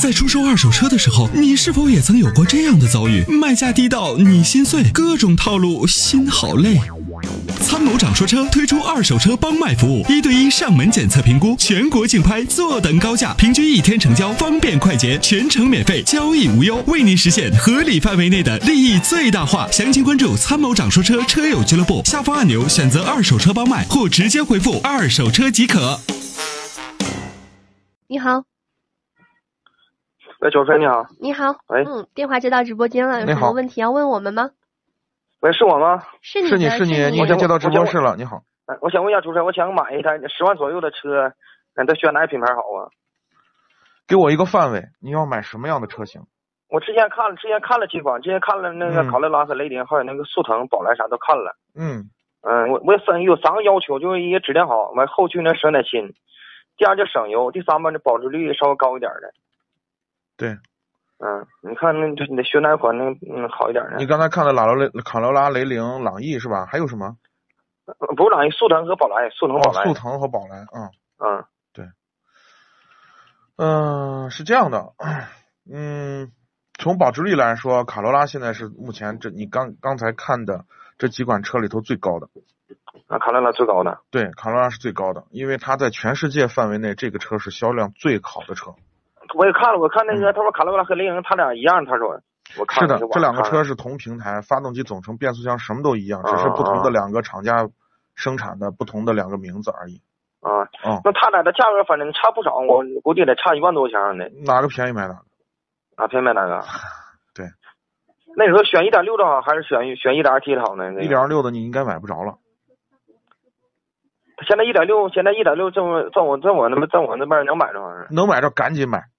在出售二手车的时候，你是否也曾有过这样的遭遇？卖价低到你心碎，各种套路，心好累。参谋长说车推出二手车帮卖服务，1对1上门检测评估，全国竞拍，坐等高价，平均1天成交，方便快捷，全程免费，交易无忧，为您实现合理范围内的利益最大化。详情关注参谋长说车车友俱乐部，下方按钮选择二手车帮卖，或直接回复二手车即可。 你好。 喂，主持人你好。 你好。 喂。 电话接到直播间了，有什么问题要问我们吗？ 喂，是我吗？ 是你， 你已经接到直播室了。你好。 我想问一下主持人，我想买一台10万左右的车，得选哪个品牌好啊？ 给我一个范围，你要买什么样的车型？ 我之前看了几款，之前看了那个考雷拉和雷凌，还有那个速腾、宝来啥都看了。我有3个要求，就是一个质量好，完后驱能省点心，第二就省油，第三吧，这保值率稍微高一点的。 对。 你看你得选哪款好一点的？ 你刚才看的卡罗拉、雷凌、朗逸是吧？还有什么？ 不是朗逸，速腾和宝来，速腾和宝来。 对。是这样的，从保值率来说，卡罗拉现在是目前你刚才看的这几款车里头最高的。 卡罗拉最高的。 对，卡罗拉是最高的，因为它在全世界范围内，这个车是销量最好的车。 我也看了，我看那个他说卡罗拉和雷凌他俩一样，他说我看了。 是的，这两个车是同平台，发动机总成、变速箱什么都一样，只是不同的两个厂家生产的不同的两个名字而已。 那他俩的价格反正差不少，我估计得差1万多钱呢。 哪个便宜买哪个？ 便宜买哪个？ 对。 那你说选1.6的好，还是选 1.2T 的好呢 ？1.6的你应该买不着了。 现在1.6，在我那边能买着吗？ 能买着赶紧买。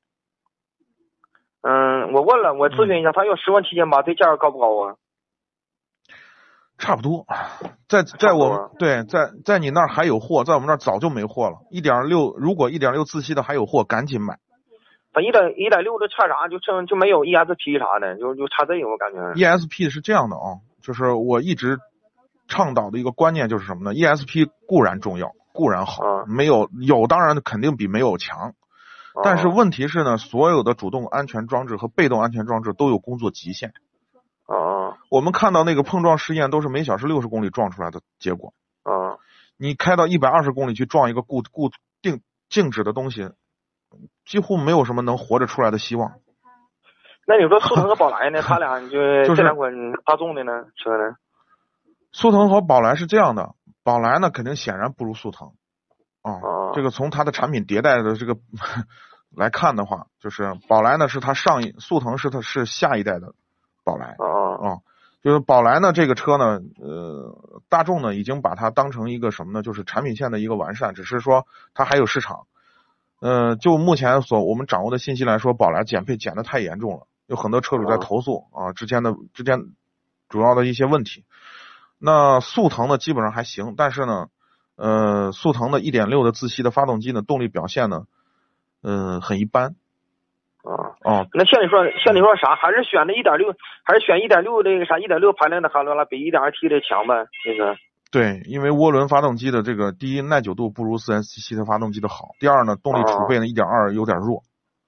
我问了，我咨询一下，他要10万7千8，这价格高不高啊？ 差不多。在我们对在你那儿还有货，在我们那儿早就没货了。1.6，如果1.6自吸的还有货，赶紧买。 1.6的差啥？就没有 ESP 啥的，就差这个我感觉。 ESP 是这样的啊，就是我一直倡导的一个观念就是什么呢 ？ESP 固然重要，固然好，有当然肯定比没有强。但是问题是呢，所有的主动安全装置和被动安全装置都有工作极限。我们看到那个碰撞试验都是每小时60公里撞出来的结果。你开到120公里去撞一个固定静止的东西，几乎没有什么能活着出来的希望。 那你说速腾和宝来呢？他俩这两款大众的呢车呢？ 速腾和宝来是这样的，宝来呢肯定显然不如速腾。这个从它的产品迭代的这个来看的话，就是宝来呢是它速腾是下一代的宝来。就是宝来呢这个车呢，大众呢已经把它当成一个什么呢？就是产品线的一个完善，只是说它还有市场。就目前我们掌握的信息来说，宝来减配减得太严重了，有很多车主在投诉之间主要的一些问题。那速腾呢基本上还行，但是呢速腾的 1.6 的自吸的发动机呢动力表现呢很一般。 那像你说啥，还是选的1.6，还是选1.6这个啥1.6排量的卡罗拉比 1.2T 的强呗？那个对，因为涡轮发动机的这个第一耐久度不如4S7的发动机的好，第二呢动力储备呢 1.2 有点弱。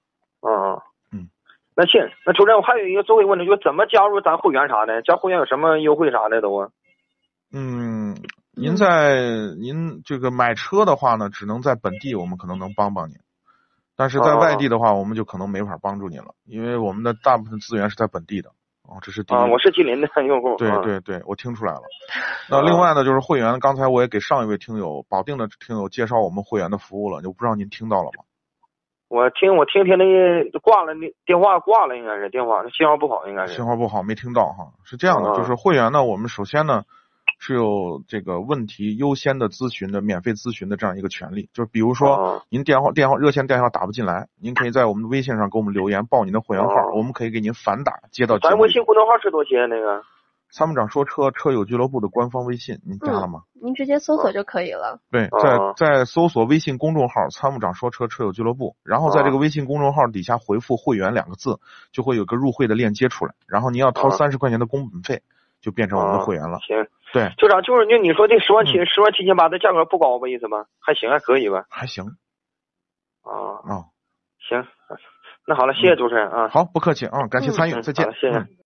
那行，那主任我还有一个最后一个问题，就是怎么加入咱会员啥的？加会员有什么优惠啥的都啊？ 您这个买车的话呢，只能在本地我们可能能帮您，但是在外地的话，我们就可能没法帮助您了，因为我们的大部分资源是在本地的。这是第一。 我是吉林的用户。 对，我听出来了。那另外呢，就是会员，刚才我也给上一位听友保定的听友介绍我们会员的服务了，就不知道您听到了吗？ 我听那挂了，那电话挂了，应该是电话信号不好，应该是信号不好没听到哈。是这样的，就是会员呢，我们首先呢是有这个问题优先的咨询的免费咨询的这样一个权利，就是比如说您电话热线电话打不进来，您可以在我们的微信上给我们留言报您的会员号，我们可以给您反打接到。 咱微信公众号是多些那个？ 参谋长说车友俱乐部的官方微信，您加了吗？ 您直接搜索就可以了。 对，在搜索微信公众号参谋长说车友俱乐部，然后在这个微信公众号底下回复会员2个字，就会有个入会的链接出来，然后您要掏30块钱的工本费，就变成我们的会员了。 行， 对， 就是你说这10万7千8的价格不高吧？意思吧？还行，还可以吧？ 还行。 行， 那好了，谢谢主持人啊。 好，不客气啊，感谢参与，再见。 谢谢。